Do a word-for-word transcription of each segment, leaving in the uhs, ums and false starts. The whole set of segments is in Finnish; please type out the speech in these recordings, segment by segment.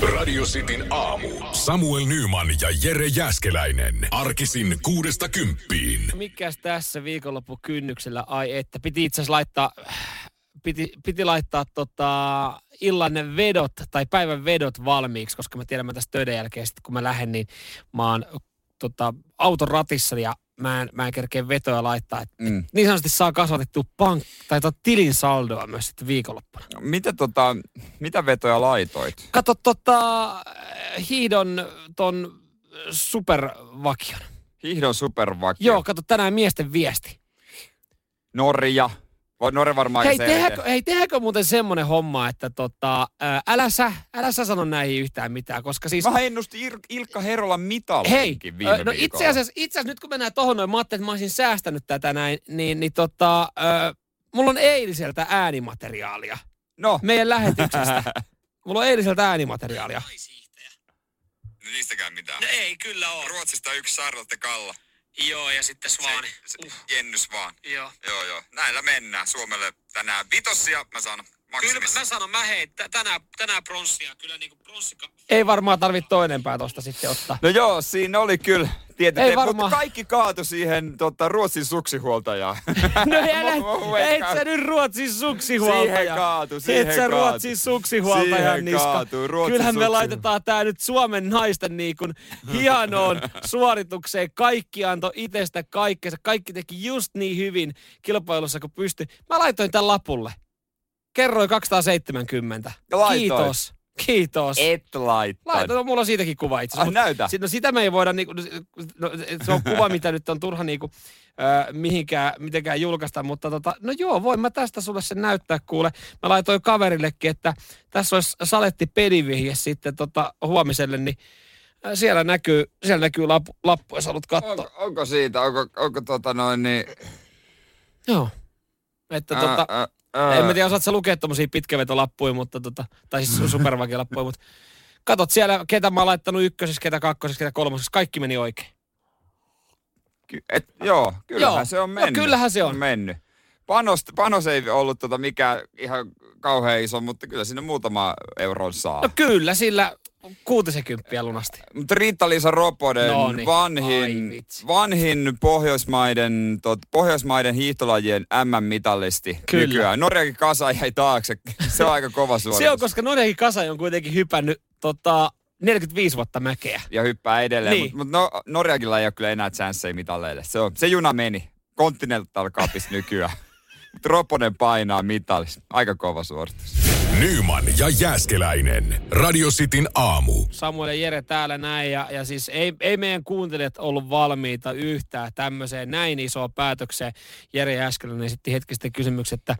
Radio Cityn aamu. Samuel Nyman ja Jere Jääskeläinen. Arkisin kuudesta kymppiin. Mikäs tässä viikonloppukynnyksellä? Ai että, piti itse asiassa laittaa, piti, piti laittaa tota, illan vedot tai päivän vedot valmiiksi, koska mä tiedän, mä tästä töiden jälkeen sitten kun mä lähden, niin mä oon tota, auton ratissa ja mä en, mä en kerkeä vetoja laittaa. Et, mm. et niin sanotusti saa kasvatettua pank- tai tota, tilin saldoa myös sitten viikonloppuna. Mitä, tota, mitä vetoja laitoit? Kato tota, hiihdon ton supervakion. Hiihdon supervakion? Joo, kato tänään miesten viesti. Norja. Norja varmaan hei, tehdäänkö, hei, tehdäänkö muuten semmoinen homma, että tota, älä, sä, älä sä sano näihin yhtään mitään, koska siis... Mä ennustin Ir- Ilkka Herolan mitalinkin viime no viikolla. itse asiassa, itse asiassa nyt kun mennään tohon noin, mä ajattelin, että mä olisin säästänyt tätä näin, niin, niin tota, äh, mulla on eiliseltä äänimateriaalia. No. Meidän lähetyksestä. Mulla on eiliseltä äänimateriaalia. No niistäkään mitään. No ei, kyllä on. Ruotsista yksi Charlotte Kalla. Joo, ja sitten Svaani. Uh. Jenny Svaan. Joo. Joo, joo. Näillä mennään Suomelle tänään vitossia. Mä sanon maksimissa. Kyllä mä sanon, mä hei, tänään, tänään pronssia. Kyllä niinku pronssika. Ei varmaan tarvitse toinen pää tosta sitten ottaa. No joo, siinä oli kyllä. Tietysti, ei varmaan. Mutta kaikki kaatu siihen tota, Ruotsin suksihuoltajaan. No älä, et sä nyt Ruotsin suksihuoltaja. Siihen kaatu, siihen et sä kaatu. Ruotsin suksihuoltajan niska. Kyllähän me laitetaan tää nyt Suomen naisten niin kuin hienoon suoritukseen. Kaikki antoi itsestä kaikkensa. Kaikki teki just niin hyvin kilpailussa kuin pystyi. Mä laitoin tän lapulle. Kerroin kaksisataaseitsemänkymmentä. Kiitos. Kiitos. Et laittanut. Laitoin, no, mulla on siitäkin kuva itse asiassa. Ah, näytä. No sitä me ei voida, niinku, no, se on kuva, mitä nyt on turha niinku, äh, mihinkään, mitenkään julkaista, mutta tota, no joo, voin mä tästä sulle sen näyttää, kuule. Mä laitoin kaverillekin, että tässä olisi saletti pedivihje sitten tota, huomiselle, niin äh, siellä näkyy, siellä näkyy lappu, lappu jos haluat katsoa. Onko, onko siitä, onko, onko tota noin niin... Joo, että ää, tota... Ää, ää. En mä tiedä, osaat sä lukea tommosia pitkävetolappuja, mutta tota, tai siis supervakilappuja, mutta katot siellä, ketä mä oon laittanut ykkösessä, ketä kakkosessa, ketä kolmosessa, kaikki meni oikein. Ky- et, joo, kyllähän joo. se on mennyt. No, kyllähän se on. on mennyt. Panos, panos ei ollut tota mikään ihan kauhean iso, mutta kyllä sinne muutama euron saa. No kyllä, sillä kuutisekymppiä lunasti. Mutta Riitta-Liisa Roponen, no niin. vanhin, vanhin Pohjoismaiden, tot, Pohjoismaiden hiihtolajien äm äm-mitallisti kyllä. Nykyään. Norjakin kasa jäi taakse. Se on aika kova suoritus. Se on, koska Norjakin kasa on kuitenkin hypännyt tota, neljäkymmentäviisi vuotta mäkeä. Ja hyppää edelleen, niin. mutta mut no, Norjakilla ei ole kyllä enää chanceja mitalleille. Se, on, se juna meni. Continental Cupissa nykyään. Mutta Roponen painaa mitallis. Aika kova suoritus. Nyman ja Jääskeläinen. Radio Cityn aamu. Samuel ja Jere täällä näin. Ja, ja siis ei, ei meidän kuuntelijat ollut valmiita yhtään tämmöiseen näin isoon päätökseen. Jere Jääskeläinen esitti hetki sitten kysymyksen, että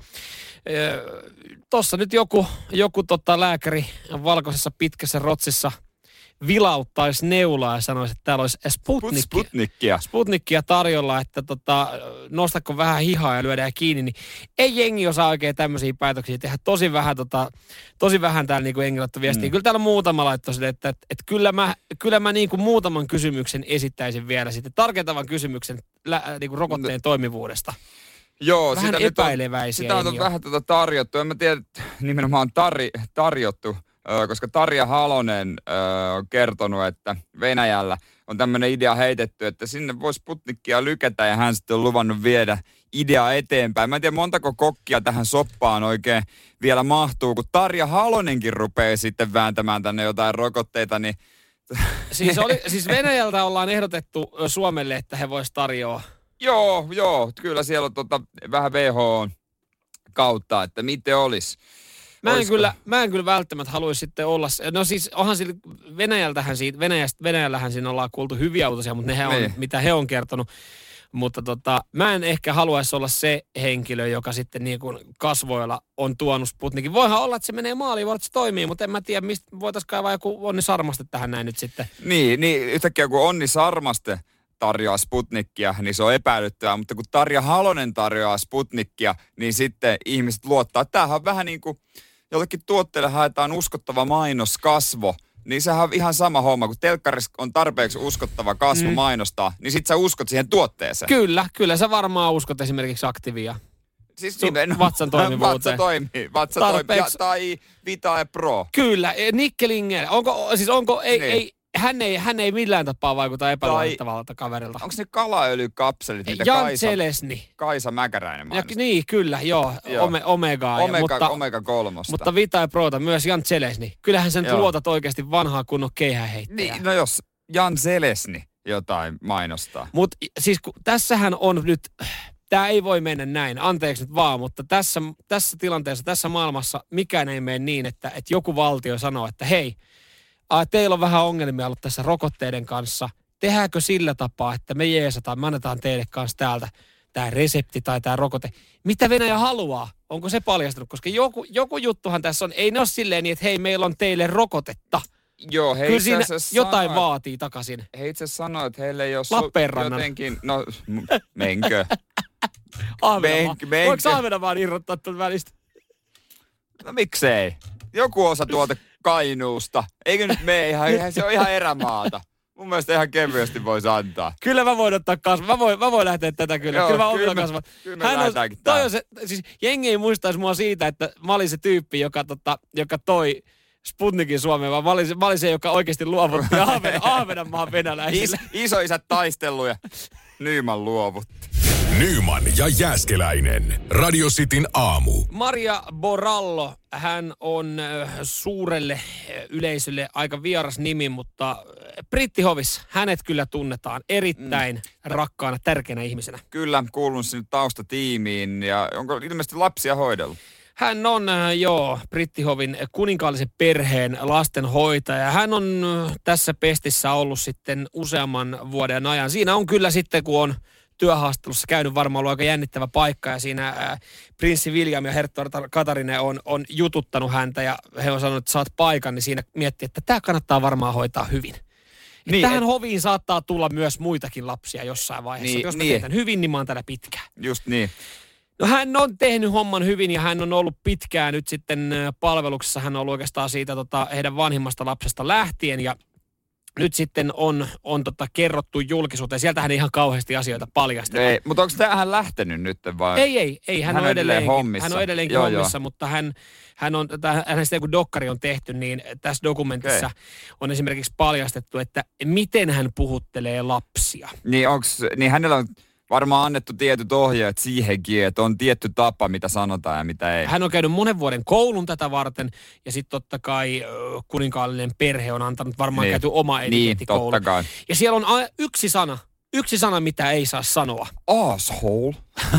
tuossa nyt joku, joku tota lääkäri valkoisessa pitkässä rotsissa vilauttaisi neulaa ja sanoisi, että täällä olisi Sputnik, Sputnikkia. Sputnikkia tarjolla, että tota, nostako vähän hihaa ja lyödään kiinni, niin ei jengi osaa oikein tämmöisiä päätöksiä tehdä. Tosi vähän, tota, tosi vähän täällä niin jengi laittoi viestiä. Mm. Kyllä täällä muutama laittoi sille, että, että, että kyllä mä, kyllä mä niin kuin muutaman kysymyksen esittäisin vielä sitten. Tarkentavan kysymyksen lä, niin kuin rokotteen no. toimivuudesta. Joo, vähän sitä epäileväisiä. Sitä on, sitä on vähän tuota tarjottu. En mä tiedä, nimenomaan tar, tarjottu. Koska Tarja Halonen ö, on kertonut, että Venäjällä on tämmöinen idea heitetty, että sinne voisi Sputnikkia lykätä ja hän sitten on luvannut viedä ideaa eteenpäin. Mä en tiedä, montako kokkia tähän soppaan oikein vielä mahtuu, kun Tarja Halonenkin rupeaa sitten vääntämään tänne jotain rokotteita, niin... Siis, oli, siis Venäjältä ollaan ehdotettu Suomelle, että he vois tarjoa. Joo, joo, kyllä siellä on tota, vähän W H O kautta, että miten olisi. Mä en, kyllä, mä en kyllä välttämättä haluaisi sitten olla, no siis onhan sillä Venäjältähän siitä, Venäjästä, Venäjällähän siinä ollaan kuultu hyviä uutisia, mutta nehän on, niin. mitä he on kertonut. Mutta tota, mä en ehkä haluaisi olla se henkilö, joka sitten niin kuin kasvoilla on tuonut Sputnikin. Voihan olla, että se menee maaliin, voi olla, että se toimii, mutta en mä tiedä, mistä voitaisiin kaivaa joku Onni Sarmaste tähän näin nyt sitten. Niin, niin yhtäkkiä kun Onni Sarmaste tarjoaa Sputnikkia, niin se on epäilyttävää, mutta kun Tarja Halonen tarjoaa Sputnikkia, niin sitten ihmiset luottaa. Tämähän on vähän niin kuin jollekin tuotteelle haetaan uskottava mainoskasvo, niin sehän on ihan sama homma, kun telkkarissa on tarpeeksi uskottava kasvo mm. mainostaa, niin sit sä uskot siihen tuotteeseen. Kyllä, kyllä sä varmaan uskot esimerkiksi Activia. Siis sun vatsan toimivuuteen. Vatsa toimii. Vatsa toimii. Ja, tai Vitae Pro. Kyllä, Nikkelinger. Onko, siis onko, ei, niin. ei, hän, ei, hän ei millään tapaa vaikuta epäluotettavalta kaverilta. Onko ne kalaöljykapselit, mitä Jan Kaisa, Tselesni. Kaisa Mäkäräinen mainostaa? Niin, kyllä, joo. joo. Ome, omegaa. Omega, mutta, omega kolmosta. Mutta Vitae Prota, myös Jan Tselesni. Kyllähän sen joo. luotat oikeasti vanhaa kunnon keihäänheittäjää. Niin, no jos Jan Tselesni jotain mainostaa. Mutta siis kun, tässähän on nyt... Tämä ei voi mennä näin, anteeksi nyt vaan, mutta tässä, tässä tilanteessa, tässä maailmassa mikään ei mene niin, että, että joku valtio sanoo, että hei, a, teillä on vähän ongelmia ollut tässä rokotteiden kanssa. Tehdäänkö sillä tapaa, että me jeesataan, me annetaan teille kanssa täältä tämä resepti tai tämä rokote. Mitä Venäjä haluaa? Onko se paljastunut? Koska joku, joku juttuhan tässä on, ei ne ole silleen niin, että hei, meillä on teille rokotetta. Joo, he kyllä siinä jotain sanoo, vaatii takaisin. He itse sanoo, että heille ei ole jotenkin, no menkö? Ahvenanmaa. Voiko Ahvenanmaan irrottaa tuon välistä? No miksei? Joku osa tuolta Kainuusta. Eikö nyt mene ihan, se on ihan erämaata. Mun mielestä ihan kevyesti voisi antaa. Kyllä mä voin ottaa kasvaa. Mä voin, mä voin lähteä tätä kyllä. Joo, kyllä mä omilla kasvaa. Kyllä me lähdetäänkin täällä. Se, siis jengi ei muistaisi mua siitä, että mä olin se tyyppi, joka, tota, joka toi Sputnikin Suomeen, vaan mä olin se, mä olin se joka oikeasti luovutti Ahven, Ahvenanmaan venäläisille. Is, isoisät taistellut ja Nyman luovutti. Nyman ja Jääskeläinen. Radio Cityn aamu. Maria Borallo, hän on suurelle yleisölle aika vieras nimi, mutta brittihovissa hänet kyllä tunnetaan erittäin mm. rakkaana, tärkeänä ihmisenä. Kyllä, kuulun sinne taustatiimiin ja onko ilmeisesti lapsia hoidellut? Hän on, joo, brittihovin kuninkaallisen perheen lastenhoitaja. Hän on tässä pestissä ollut sitten useamman vuoden ajan. Siinä on kyllä sitten, kun on työhaastattelussa käynyt, varmaan ollut aika jännittävä paikka ja siinä ää, prinssi William ja herttuatar Katarina on, on jututtanut häntä ja he on sanonut, että saat paikan, niin siinä miettii, että tämä kannattaa varmaan hoitaa hyvin. Niin, tähän et... hoviin saattaa tulla myös muitakin lapsia jossain vaiheessa. Niin, jos mä niin. teetän hyvin, niin mä oon täällä pitkään. Just niin. No hän on tehnyt homman hyvin ja hän on ollut pitkään nyt sitten palveluksessa. Hän on ollut oikeastaan siitä tota, heidän vanhimmasta lapsesta lähtien ja nyt sitten on, on tota, kerrottu julkisuuteen. Sieltähän ei ihan kauheasti asioita paljasteta. Ei, mutta onko tähän lähtenyt nyt vai? Ei, ei. ei. Hän, hän on edelleen hommissa. Hän on edelleenkin joo, hommissa, joo. mutta hän, hän on, hänestä kun dokkari on tehty, niin tässä dokumentissa okay. on esimerkiksi paljastettu, että miten hän puhuttelee lapsia. Niin, onks, niin hänellä on varmaan annettu tietyt ohjeet siihenkin, että on tietty tapa, mitä sanotaan ja mitä ei. Hän on käynyt monen vuoden koulun tätä varten ja sitten totta kai kuninkaallinen perhe on antanut varmaan niin. käyty oma etikettikoulu. Niin, totta kai. Ja siellä on yksi sana, yksi sana, mitä ei saa sanoa. Asshole.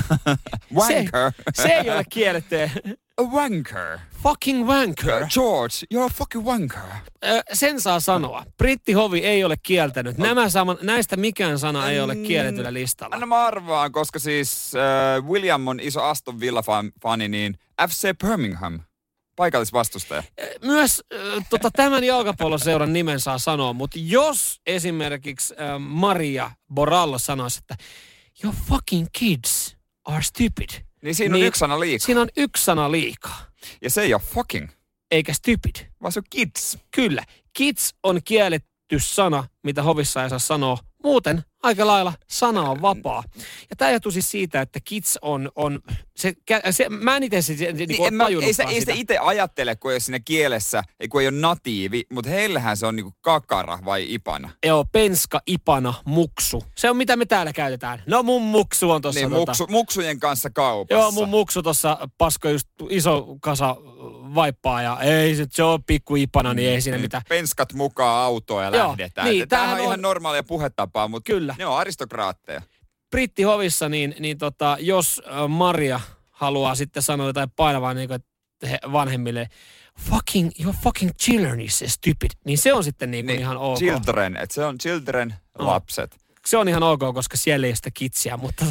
Wanker. Se, se ei ole kielletty. A wanker. Fucking wanker. George, you're a fucking wanker. Ö, sen saa sanoa. Brittihovi ei ole kieltänyt. Nämä saman, näistä mikään sana ei ole kielletyllä listalla. No mä arvaan, koska siis äh, William on iso Aston Villa-fani, niin F C Birmingham, paikallisvastustaja. Myös äh, tota, tämän jalkapalloseuran nimen saa sanoa, mutta jos esimerkiksi äh, Maria Borallo sanoisi, että your fucking kids are stupid. Niin siinä on niin, yksi sana liikaa. Siinä on yksi sana liikaa. Ja se ei ole fucking. Eikä stupid. Vaan se on kids. Kyllä. Kids on kielletty sana, mitä hovissa ei saa sanoa. Muuten aika lailla sana on vapaa. Ja tämä johtuu siis siitä, että kids on, on se, se, mä en itse se, se, niin, niin, mä, ei, se, ei sitä itse ajattele, kun ei ole siinä kielessä, kun ei ole natiivi, mutta heillähän se on niinku kakara vai ipana. Joo, penska, ipana, muksu. Se on mitä me täällä käytetään. No mun muksu on tossa. Niin, tota, muksu, muksujen kanssa kaupassa. Joo, mun muksu tossa pasko just iso kasa vaippaa ja ei se, se on pikku ipana, niin ei siinä mitään. Penskat mukaan autoon ja joo, lähdetään. Niin, tämähän on ihan normaalia puhetapaa, mutta kyllä. Ne on aristokraatteja. Brittihovissa, niin, niin tota, jos Maria haluaa sitten sanoa jotain painavaa niin kuin vanhemmille, fucking, your fucking children is stupid, niin se on sitten niin kuin niin, ihan ok. Children, että se on children, no. lapset. Se on ihan ok, koska siellä ei ole sitä kitsiä, mutta...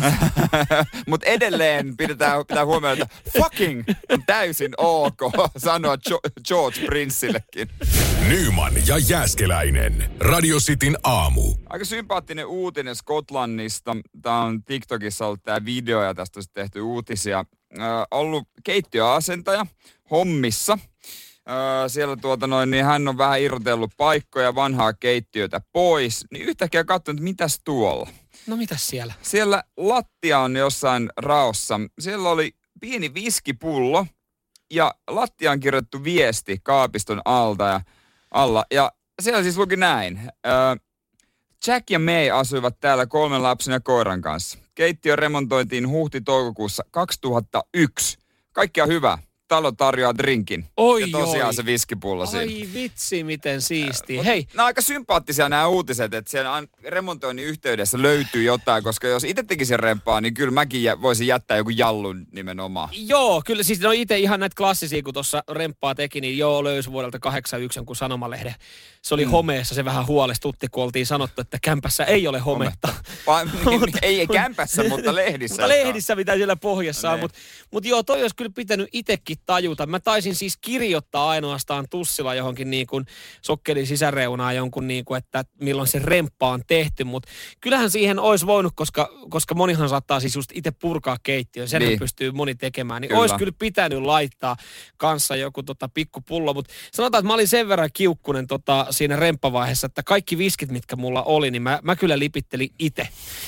Mutta edelleen pidetään, pitää huomioida, että fucking on täysin ok sanoa George Princeillekin. Nyman ja Jääskeläinen. Radio Cityn aamu. Aika sympaattinen uutinen Skotlannista. Tämä on TikTokissa ollut tämä video ja tästä on tehty uutisia. Äh, ollut keittiöasentaja hommissa. Öö, siellä tuota noin, niin hän on vähän irrotellut paikkoja, vanhaa keittiötä pois. Niin yhtäkkiä katsonut, että mitäs tuolla? No mitäs siellä? Siellä lattia on jossain raossa. Siellä oli pieni viskipullo ja lattiaan kirjoittu viesti kaapiston alta ja alla. Ja siellä siis luki näin. Jack ja May asuivat täällä kolmen lapsen ja koiran kanssa. Keittiö remontoitiin huhti-toukokuussa kaksituhattayksi. Kaikkea hyvää. Talo tarjoaa drinkin. Oi, ja tosiaan oi. se viskipullo siinä. Ai vitsi, miten siistiä. Hei. Nämä on aika sympaattisia nämä uutiset, että siellä remontoinnin yhteydessä löytyy jotain, koska jos itse tekisin remppaa, niin kyllä mäkin voisin jättää joku jallun nimenomaan. Joo, kyllä siis ne on itse ihan näitä klassisia, kun tuossa remppaa teki, niin joo, löysi vuodelta kahdeksankymmentäyksi jonkun sanomalehden. Se oli mm. homeessa, se vähän huolestutti, kun oltiin sanottu, että kämpässä ei ole hometta. hometta. Va- niin, ei, ei kämpässä, mutta lehdissä. Mutta lehdissä, mitä siellä pohjassa on. No, Mutta mut joo, toi olisi kyllä pitänyt itsekin tajuta. Mä taisin siis kirjoittaa ainoastaan tussilla johonkin niin kuin sokkelin sisäreunaan jonkun niin kuin, että milloin se remppa on tehty. Mutta kyllähän siihen olisi voinut, koska, koska monihan saattaa siis just itse purkaa keittiön. Sen niin. pystyy moni tekemään. Niin kyllä. Olisi kyllä pitänyt laittaa kanssa joku tota pikkupullo. Mutta sanotaan, että mä olin sen verran kiukkunen tota, siinä remppavaiheessa, että kaikki viskit, mitkä mulla oli, niin mä, mä kyllä lipittelin itse.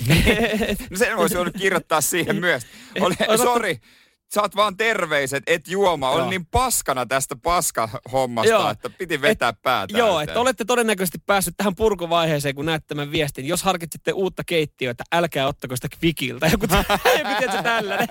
No sen voisi voinut kirjoittaa siihen myös. Oli, sori. Saat vaan terveiset, et juoma. Oli niin paskana tästä paskahommasta, joo. että piti vetää et, päätä. Joo, että olette todennäköisesti päässyt tähän purkuvaiheeseen, kun näette tämän viestin. Jos harkitsitte uutta keittiötä, älkää ottako sitä Kvikiltä. Joku, joku tietysti tällainen.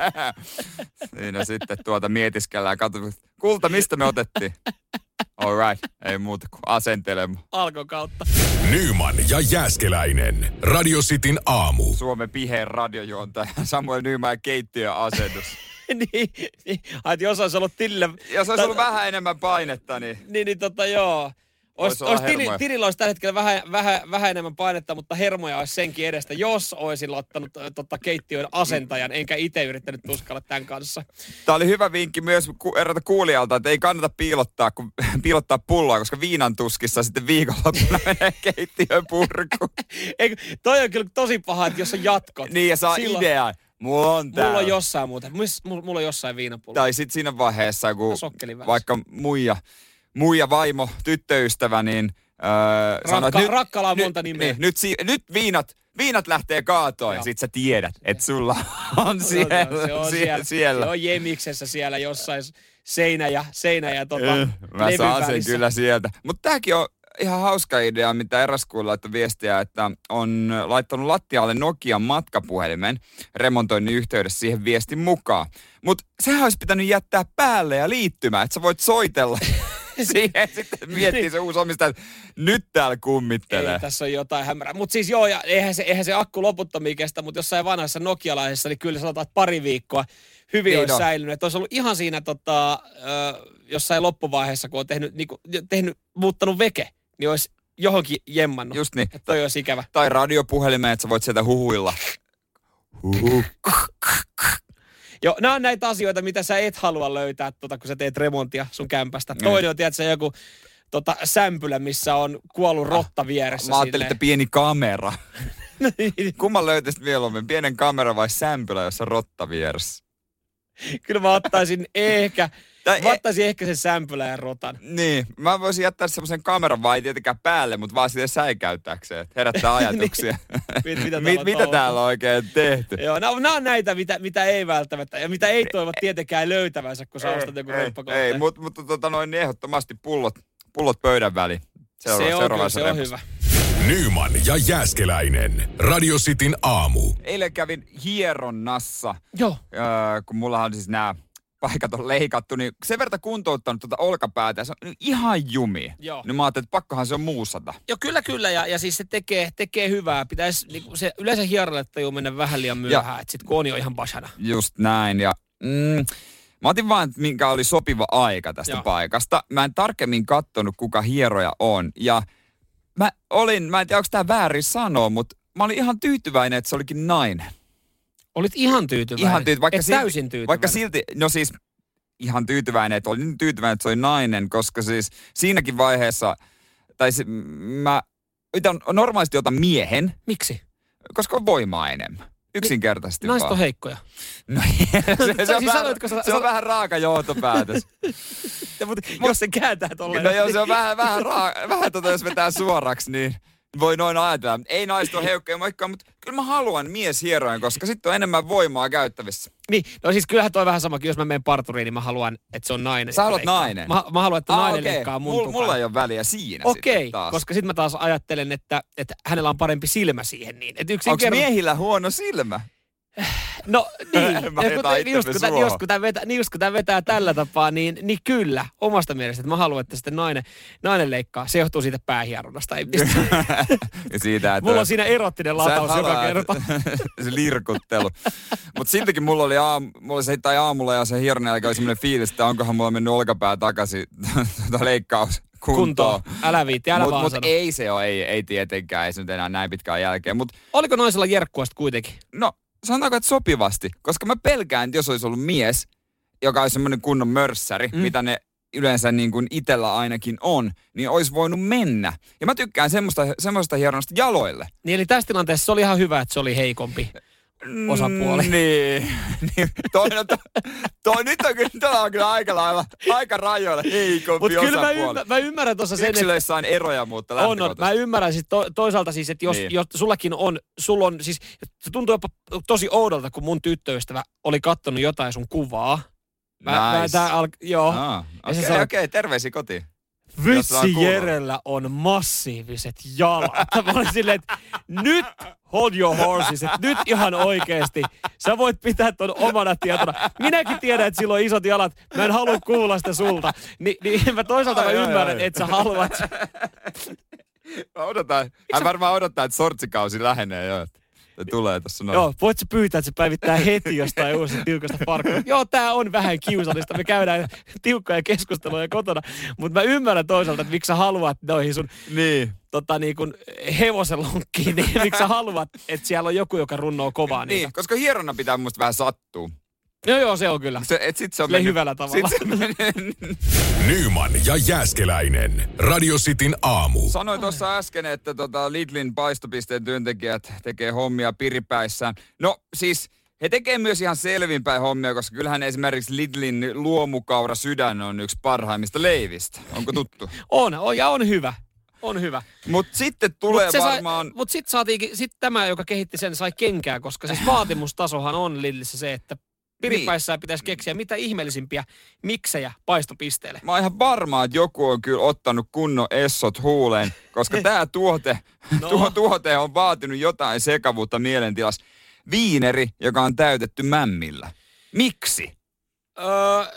Siinä sitten tuota mietiskellään. Katso, kulta, mistä me otettiin? All right, ei muuta kuin asentelema. Alkon kautta. Nyman ja Jääskeläinen. Radio Cityn aamu. Suomen piheen radiojuontaja Samuel Nyman ja keittiöasetus. niin, niin. Ai, jos olisi ollut Tilille... Jos olisi ollut vähän enemmän painetta, niin... Niin, niin tota joo. Ois, ois tili, tilillä olisi tällä hetkellä vähän, vähän, vähän enemmän painetta, mutta hermoja olisi senkin edestä, jos olisin ottanut tota, keittiön asentajan, enkä itse yrittänyt tuskalla tämän kanssa. Tämä oli hyvä vinkki myös ku, erältä kuulijalta, että ei kannata piilottaa, kun, piilottaa pulloa, koska viinan tuskissa sitten viikonloppuna menee keittiön purku. Eikö, toi on kyllä tosi paha, että jos on jatkot. Niin, ja saa silloin... idea. Mulla on täällä. Mulla on jossain muuten. Mulla, mulla on jossain viinapullo. Tai sitten siinä vaiheessa, kun vaikka muija, muija vaimo, tyttöystävä, niin... Öö, Rakka, sanoo, nyt, rakkala on monta nimeä. Niin, nyt, si, nyt viinat, viinat lähtee kaatoon, ja sit sä tiedät, että sulla on siellä. Se on siellä. siellä. Se on Jemiksessä siellä jossain seinä ja, seinä ja tota, eh, mä saan sen kyllä sieltä. Mutta tääkin on ihan hauska idea, mitä eräs kuuli laittoi viestiä, että on laittanut lattialle Nokian matkapuhelimen remontoinnin yhteydessä siihen viestin mukaan. Mutta sehän olisi pitänyt jättää päälle ja liittymään, että sä voit soitella siihen. Sitten miettii se uusi omistaja, että nyt täällä kummittelee. Ei, tässä on jotain hämärää. Mutta siis joo, ja eihän se, eihän se akku loputtomiin kestä, mutta jossain vanhassa nokialaisessa, niin kyllä sanotaan, että pari viikkoa hyvin niin olisi on. säilynyt. Että olisi ollut ihan siinä tota, jossain loppuvaiheessa, kun on tehnyt, niin kuin, tehnyt muuttanut veke, niin olisi johonkin jemmannut. Just niin. Että toi olisi ikävä. Tai radiopuhelimeen, että sä voit sieltä huhuilla. Huhu. Joo, nämä on näitä asioita, mitä sä et halua löytää, tota, kun sä teet remontia sun kämpästä. Toinen on, tiedätkö, joku tota, sämpylä, missä on kuollut rotta vieressä. Mä ajattelin, että pieni kamera. Kumman löytäisit mieluummin, pienen kamera vai sämpylä, jossa on rotta vieressä? Kyllä mä ottaisin ehkä... Tai mä ottaisin e- ehkä sen sämpylän ja rotan. Niin, mä voisin jättää semmoisen kameran, vai ei tietenkään päälle, mutta vaan sitten säikäyttääkseen, että herättää ajatuksia. niin. mitä, Mit, mitä täällä on oikein tehty? Joo, nämä on näitä, mitä, mitä ei välttämättä, ja mitä ei toivo tietenkään löytävänsä, kun sä ei, ostat joku remppakooteen. Ei, mutta mut, tota noin niin ehdottomasti pullot, pullot pöydän väliin. Seura- se on, kyllä, se on hyvä. Nyman ja Jääskeläinen. Radio Cityn aamu. Eilen kävin hieronnassa. Joo. Öö, kun mullahan siis nämä paikat on leikattu, niin sen verran kuntouttanut tuota olkapäätä ja se on ihan jumi. Joo. Niin mä ajattelin, että pakkohan se on muussata. Joo, kyllä, kyllä. Ja, ja siis se tekee, tekee hyvää. Pitäisi, niin se yleensä hierolle tajuu mennä vähän liian myöhään, että sit kun on jo ihan basana. Just näin. Ja mm, mä otin vaan, minkä oli sopiva aika tästä Joo. paikasta. Mä en tarkemmin katsonut, kuka hieroja on. Ja mä olin, mä en tiedä, onko tää väärin sanoa, mutta mä olin ihan tyytyväinen, että se olikin nainen. Olit ihan tyytyväinen? Ihan tyytyväinen. Vaikka Et silti, täysin tyytyväinen? Vaikka silti, no siis ihan tyytyväinen, että olin tyytyväinen, että se oli nainen, koska siis siinäkin vaiheessa, tai se, mä ytän, normaalisti otan miehen. Miksi? Koska on voimaa enemmän. Yksinkertaisesti Naiset vaan. on heikkoja. No se, se, on, siis vähän, sanoitko, sä, se on vähän raaka johtopäätös. Mutta jos se kääntää tolleen. No joo, se on vähän, vähän, raa, vähän tota, jos vetää suoraksi, niin Voi noin ajatella. Ei naiset ole heukkoja moikkaa, mutta kyllä mä haluan mieshierojan, koska sitten on enemmän voimaa käyttävissä. Niin, no siis kyllähän toi vähän samakin, jos mä menen parturiin, niin mä haluan, että se on nainen. Sä haluat leikkaa. nainen? Mä, mä haluan, että ah, nainen okay. leikkaa mun Mulla, tukaan. mulla ei ole väliä siinä Okei, sitten taas. koska sitten mä taas ajattelen, että, että hänellä on parempi silmä siihen. Niin. Onko kerran... miehillä huono silmä? No niin, mä ja kun, just, kun tämän, just, kun tämän vetää, niin just kun tämän vetää tällä tapaa, niin, niin kyllä, omasta mielestä, että mä haluan, että sitten nainen, nainen leikkaa. Se johtuu siitä päähieronnasta, ei mistään. siitä, että mulla on siinä erottinen lataus halua, joka kerta. se lirkuttelu. Mutta siltikin mulla oli, aam, mulla oli se hittai aamulla ja se hieronnan jälkeen oli semmoinen fiilis, että onkohan mulla mennyt olkapää takaisin tuota leikkaus. Kuntoon. Älä viitti, älä mut, vaan mut sano. ei se ole, ei, ei tietenkään, ei se nyt enää näin pitkään jälkeen. Mut, oliko naisella jerkkua sitten kuitenkin? No, sanotaanko, että sopivasti. Koska mä pelkään, että jos olisi ollut mies, joka olisi semmoinen kunnon mörssäri, mm. mitä ne yleensä niin kuin itsellä ainakin on, niin olisi voinut mennä. Ja mä tykkään semmoista, semmoista hieronnasta jaloille. Niin eli tässä tilanteessa se oli ihan hyvä, että se oli heikompi osapuoli. Mm, niin. niin. Toi, no, to, toi, nyt on kyllä, on kyllä aika lailla, aika rajoilla heikompi Mut osapuoli. Mutta kyllä mä, ymmär, mä ymmärrän tuossa sen, yksilöissä on eroja, mutta on, on. Mä ymmärrän siis to, toisaalta siis, että jos, niin. jos sullakin on, sulla on siis, se tuntuu jopa tosi oudolta, kun mun tyttöystävä oli kattonut jotain sun kuvaa. Mä, nice. mä, al, joo. Ah, okei, okay, okay, terveisiä kotiin. Vitsi, Jerellä on massiiviset jalat. Mä olin silleen, että nyt hold your horses, että nyt ihan oikeesti. Sä voit pitää ton omana tietona. Minäkin tiedän, että sillä on isot jalat. Mä en halua kuulla sitä sulta. Ni, niin mä toisaalta ai, mä ai, ymmärrän, ai. että sä haluat. Mä odotan. Hän varmaan odottaa, että sortsikausi lähenee jo. Se tulee tossa noin. Joo, voit sä pyytää, että se päivittää heti jostain uusista tiukasta farkkuista. Joo, tää on vähän kiusallista. Me käydään tiukkoja keskusteluja kotona. Mutta mä ymmärrän toisaalta, että miksi sä haluat noihin sun niin. tota, niin kun hevosen lonkkiin, niin miksi sä haluat, että siellä on joku, joka runnoo kovaa niitä. Niin, koska hieronna pitää musta vähän sattua. Joo, joo, se on kyllä. Se, et sit se on mennyt, hyvällä tavalla. Sit se Nyman ja Jääskeläinen. Radio Cityn aamu. Sanoin tuossa äsken, että tota Lidlin paistopisteen työntekijät tekee hommia piripäissään. No siis he tekee myös ihan selvinpäin hommia, koska kyllähän esimerkiksi Lidlin luomukaura sydän on yksi parhaimmista leivistä. Onko tuttu? on, on, ja on hyvä. On hyvä. Mut sitten tulee mut varmaan... Sai, mut sit saatiinkin, sit tämä, joka kehitti sen, sai kenkää, koska siis vaatimustasohan on Lidlissä se, että piripäissään pitäisi keksiä mitä ihmeellisimpiä miksejä paistopisteelle. Mä oon ihan varma, että joku on kyllä ottanut kunnon essot huuleen, koska tää tuote, no. tuo tuote on vaatinut jotain sekavuutta mielentilassa. Viineri, joka on täytetty mämmillä. Miksi? Öö,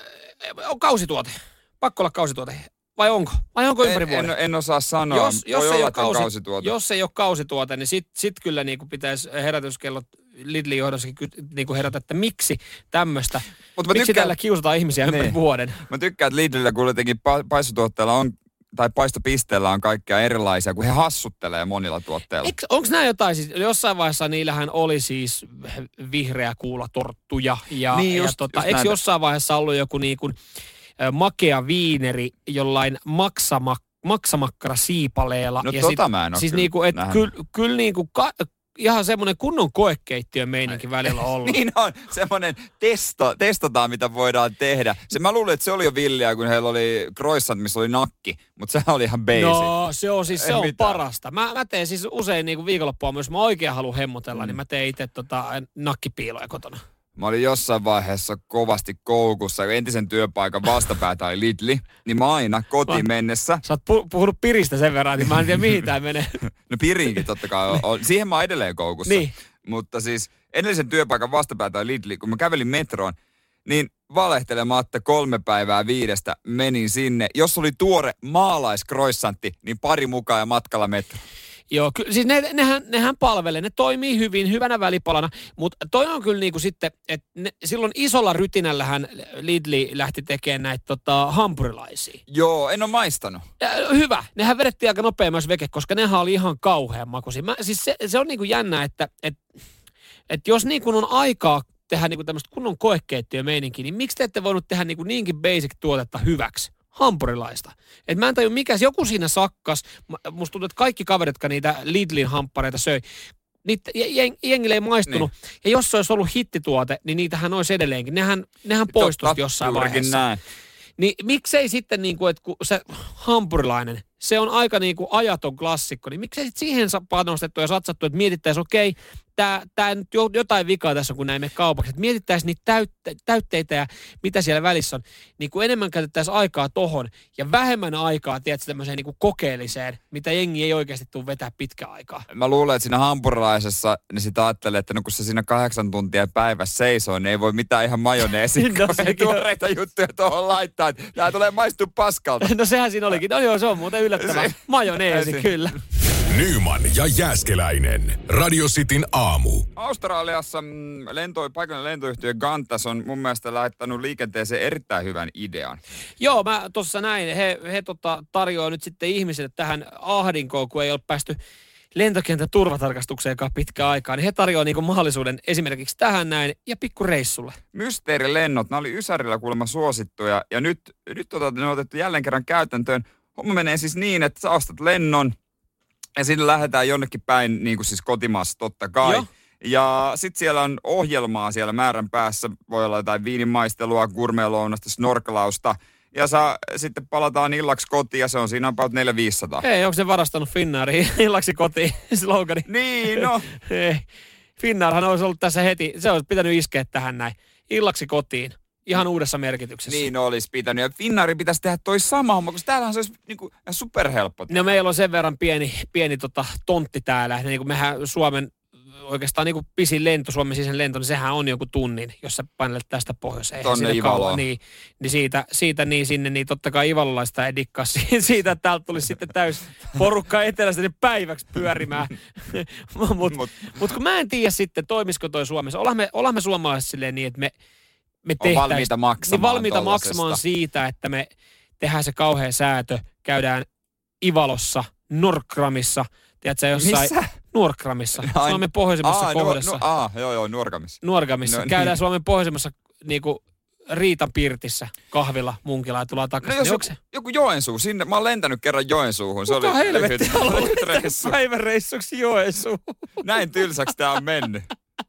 on kausituote. Pakko olla kausituote. Vai onko? Vai onko ympäri vuoden? En, en osaa sanoa. Jos, jos, Voi ei olla, kausi, kausituote. jos ei ole kausituote, niin sit, sit kyllä niin kuin pitäisi herätyskellot Lidlin johdossakin niin kuin herätä, että miksi tämmöistä, miksi tykkään, tällä kiusataan ihmisiä ympäri niin. vuoden. Mä tykkään, että Lidlillä kuitenkin paistotuotteella on, tai paistopisteellä on kaikkea erilaisia, kun he hassuttelee monilla tuotteilla. Onko nämä jotain, siis jossain vaiheessa niillähän oli siis vihreä kuulatorttuja, ja, niin just, ja tota, just eikö näitä. jossain vaiheessa ollut joku niin kuin makea viineri jollain maksamak, maksamakkara siipaleella. No ja tota sit, mä en ole siis kyllä niinku, et kyllä kyl niinku ka, ihan semmoinen kunnon koekeittiön meininki välillä on ollut. Niin on, semmoinen testo, testataan mitä voidaan tehdä. Se mä luulin, että se oli jo villiä, kun heillä oli croissant, missä oli nakki, mutta se oli ihan basic. No se on siis, se Ei on mitään. parasta. Mä, mä teen siis usein niinku viikonloppua, jos mä oikein haluan hemmotella, mm. niin mä teen itse tota, nakkipiiloja kotona. Mä olin jossain vaiheessa kovasti koukussa, kun entisen työpaikan vastapäätä oli Lidli, niin mä aina kotiin mä, mennessä... Sä oot pu- puhunut piristä sen verran, niin mä en tiedä mihin tää menee. No piriinkin totta kai on, on. Siihen mä oon edelleen koukussa. Niin. Mutta siis edellisen työpaikan vastapäätä oli Lidli, kun mä kävelin metroon, niin valehtelematta kolme päivää viidestä menin sinne. Jos oli tuore maalaiskroissantti, niin pari mukaan ja matkalla metro. Joo, ky- siis ne, nehän, nehän palvelee, ne toimii hyvin, hyvänä välipalana, mutta toi on kyllä niinku sitten, että silloin isolla rytinällähän Lidli lähti tekemään näitä tota, hampurilaisia. Joo, en ole maistanut. Ja, hyvä, nehän vedettiin aika nopea myös veke, koska nehän oli ihan kauhean makuisia. Mä, siis se, se on niinku jännä, että et, et jos niinku on aikaa tehdä niinku tämmöistä kunnon koekeittiömeininkiä, niin miksi te ette voinut tehdä niinku niinkin basic-tuotetta hyväksi? Hampurilaista. Et mä en tajua, mikä joku siinä sakkas. Musta tuntuu, että kaikki kaverit, jotka niitä Lidlin hamppareita söi, niitä jengille ei maistunut. Niin. Ja jos se olisi ollut hittituote, niin niitähän olisi edelleenkin. Nehän, nehän poistuisi jossain vaiheessa. Näin. Niin miksei sitten niin kuin, että kun se hampurilainen, se on aika niin kuin ajaton klassikko, niin miksei sitten siihen panostettu ja satsattu, että mietittäisiin, okei, okay, Tää, tää nyt jotain vikaa tässä on, kun näin me kaupaksi. Että mietittäisiin niitä täytte, täytteitä ja mitä siellä välissä on. Niin kuin enemmän käytettäisiin aikaa tohon ja vähemmän aikaa, tiedätkö, tämmöiseen niin kuin kokeelliseen, mitä jengi ei oikeasti tule vetää pitkään aikaa. Mä luulen, että siinä hampurilaisessa, niin sitä ajattelee, että no kun se siinä kahdeksan tuntia päivässä seisoo, niin ei voi mitään ihan majoneesia, no, kun ei tuoreita juttuja tuohon laittaa. Tää tulee maistua paskalta. No sehän siinä olikin. No joo, se on muuten yllättävää. Majoneesi, kyllä. Nyman ja Jääskeläinen. Radio Cityn aamu. Australiassa lento, paikallinen lentoyhtiö Qantas on mun mielestä laittanut liikenteeseen erittäin hyvän idean. Joo, mä tuossa näin. He, he tota, tarjoaa nyt sitten ihmisille tähän ahdinkoon, kun ei ole päästy lentokentän turvatarkastukseenkaan pitkään aikaa, niin he tarjoaa niinku mahdollisuuden esimerkiksi tähän näin ja pikkureissulle. Mysteerilennot, nämä oli Ysärillä kuulemma suosittuja ja nyt, nyt tota, ne on otettu jälleen kerran käytäntöön. Homma menee siis niin, että sä ostat lennon, ja sinne lähdetään jonnekin päin, niin kuin siis kotimaassa totta kai. Joo. Ja sitten siellä on ohjelmaa siellä määrän päässä. Voi olla jotain viinimaistelua, gourmet-lounasta, snorkelausta. Ja saa, sitten palataan illaksi kotiin ja se on siinä about neljä viisisataa. Ei, onko se varastanut Finnairiin illaksi kotiin slogani? Niin, no. Ei. Finnairhan olisi ollut tässä heti, se olisi pitänyt iskeä tähän näin. Illaksi kotiin. Ihan uudessa merkityksessä. Niin olisi pitänyt. Ja Finnairi pitäisi tehdä toi sama homma, koska täällähän se olisi niinku superhelppo. No meillä on sen verran pieni, pieni tota, tontti täällä. Niin kuin mehän Suomen, oikeastaan niin kuin pisin lento, Suomen sisäinen lento, niin sehän on joku tunnin, jos sä painelet tästä pohjoiseen. Tonne Ivaloon. Niin, niin siitä, siitä niin sinne, niin totta kai ivalolaista ei dikkaa siitä, että täältä tulisi sitten täys porukka etelästä niin päiväksi pyörimään. Mutta mut, mut kun mä en tiedä sitten, toimisiko toi Suomessa. Ollaan me, ollaan me suomalaiset silleen niin, että me me on valmiita maksamaan. Niin valmiita maksamaan siitä, että me tehdään se kauhea säätö. Käydään Ivalossa, Norkramissa. Tiedätkö jossain? Missä? Norkramissa. Suomen pohjoisemmassa aa, kohdassa. No, no, aa, joo, joo, Nuorgamissa. Nuorgamissa. No, Käydään niin. Suomen pohjoisemmassa niinku Riitan pirtissä kahvilla munkilla ja tullaan takaisin. No, jos joku, joku Joensuu, sinne, mä oon lentänyt kerran Joensuuhun. Se Kuka oli helvetti haluaa reissu. Päivän reissuksi Joensuun? Näin tylsäksi tää on mennyt.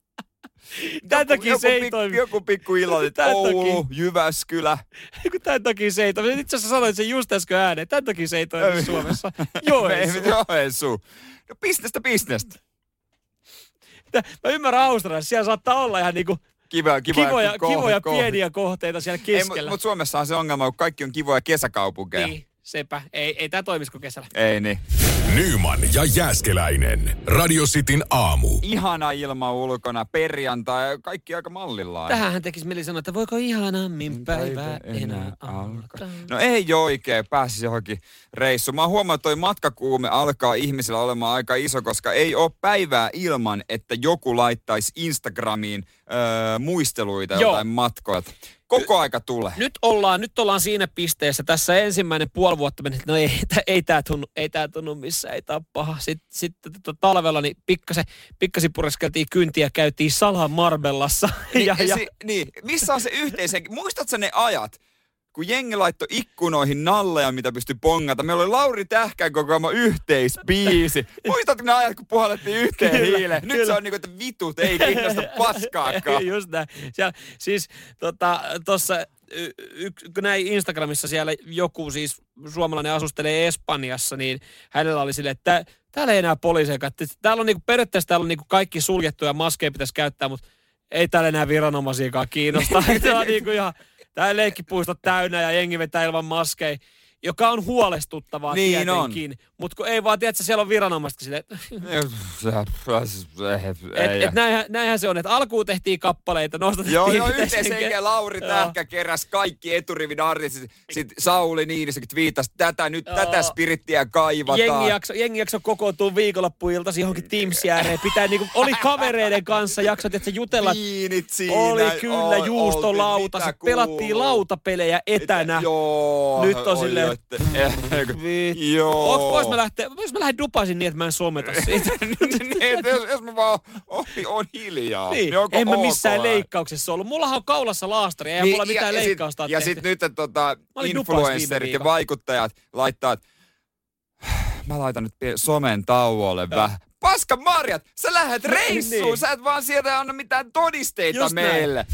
Tämän takia joku, se ei pikku, toimi. Joku pikku illallinen, Oulu, Jyväskylä. Tämän takia se ei toimi. Itse asiassa sanoit sen just äsken ääneen. Tämän takia se ei toimi Suomessa. Joensuu. Joensuu. No bisnestä bisnestä. Mä ymmärrän Australiassa. Siellä saattaa olla ihan niinku Kiva, kiva, kivoja, koh- kivoja koh- pieniä kohteita siellä keskellä. Mutta mut Suomessa on se ongelma, kun kaikki on kivoja kesäkaupunkeja. Niin, sepä. Ei, ei tää toimisiko kesällä. Ei niin. Nyman ja Jääskeläinen. Radio Cityn aamu. Ihana ilma ulkona, perjantai, kaikki aika mallillaan. Tähänhän tekisi mieli sanoa, että voiko ihanammin päivää enää alkaa. No ei oikein, pääsisi johonkin reissuun. Mä oon huomannut, että toi matkakuume alkaa ihmisillä olemaan aika iso, koska ei ole päivää ilman, että joku laittaisi Instagramiin öö, muisteluita Joo. jotain matkoja. Koko aika tulee. Nyt ollaan, nyt ollaan siinä pisteessä. Tässä ensimmäinen puoli vuotta meni, että no ei, ei tää tunnu, ei tää tunnu missään, ei tää ole paha. Sitten, sitten tota, talvella niin pikkasen, pikkasen pureskeltiin kyntiä, käytiin salaa Marbellassa. Niin, ja, ja, si, niin, missä on se yhteisen? Muistatko ne ajat, kun jengi laittoi ikkunoihin nalleja, mitä pystyi pongata? Meillä oli Lauri Tähkän kokoama yhteisbiisi. Muistatko ne ajat, kun puhallettiin yhteen Kyllä, hiileen? Nyt kyllä. se on niin kuin, että vitut ei kiinnosta paskaakaan. Just näin. Siellä, siis tota, tossa, y- y- kun näin Instagramissa siellä joku siis suomalainen asustelee Espanjassa, niin hänellä oli silleen, että täällä ei enää poliiseja katso. Täällä on niinku, periaatteessa täällä on niinku kaikki suljettu ja maskeja pitäisi käyttää, mutta ei täällä enää viranomaisiakaan kiinnostaa. Tämä on niinku ihan, tää leikkipuistot täynnä ja jengi vetää ilman maskeja, joka on huolestuttavaa niin tietenkin. Mutta kun ei vaan, tiedätkö, siellä on viranomaiset silleen, et, et näinhän, näinhän se on, että alkuun tehtiin kappaleita, nostatettiin Joo, joo, yhteisen yhteisen Lauri Tähkä keräsi kaikki eturivin artistit. Sitten Sauli Niinistö viittasi, tätä nyt, Joo. tätä spirittiä kaivataan. Jengi jakso, jengi jakso kokoontuu viikonloppuiltasi johonkin Teamsin ääreen. Pitää niinku, oli kavereiden kanssa, jaksot, että jutella. Viinit siinä. Oli kyllä, ol- juustolauta. oltiin, Sitten pelattiin lautapelejä etänä. Joo. Nyt on oi, silleen, jotte- Vittu. Joo. Vois mä lähteä, vois mä lähden Dubasin niin, että mä en someta siitä. niin, että jos, jos mä vaan opi, on hiljaa. Niin, niin onko en mä ok missään vai? leikkauksessa ollut. Mullahan on kaulassa laastari, eihän mulla mitään ja leikkausta sit, ja tehty. sitten nyt tota, olin Dubais viime influencerit ja viikolla. vaikuttajat laittaa, että mä laitan nyt pie- somen tauolle vähän. Paska Marjat, sä lähdet reissuun, Niin. sä et vaan sieltä anna mitään todisteita Just näin. meille.